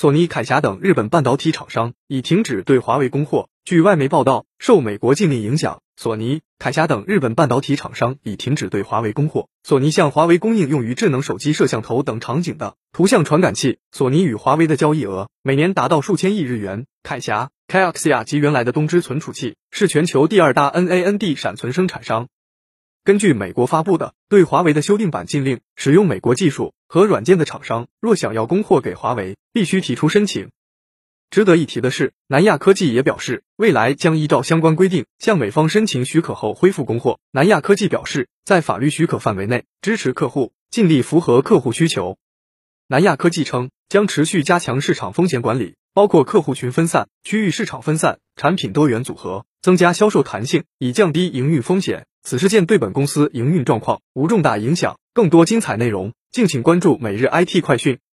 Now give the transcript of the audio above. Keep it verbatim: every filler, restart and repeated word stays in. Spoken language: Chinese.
索尼、凯霞等日本半导体厂商已停止对华为供货。据外媒报道，受美国禁令影响，索尼、凯霞等日本半导体厂商已停止对华为供货。索尼向华为供应用于智能手机摄像头等场景的图像传感器。索尼与华为的交易额每年达到数千亿日元。凯霞、Kioxia 及原来的东芝存储器是全球第二大 N A N D 闪存生产商。根据美国发布的对华为的修订版禁令，使用美国技术和软件的厂商若想要供货给华为，必须提出申请。值得一提的是，南亚科技也表示，未来将依照相关规定向美方申请许可后恢复供货。南亚科技表示，在法律许可范围内支持客户，尽力符合客户需求。南亚科技称，将持续加强市场风险管理，包括客户群分散、区域市场分散、产品多元组合，增加销售弹性，以降低营运风险。此事件对本公司营运状况无重大影响。更多精彩内容，敬请关注每日 I T 快讯。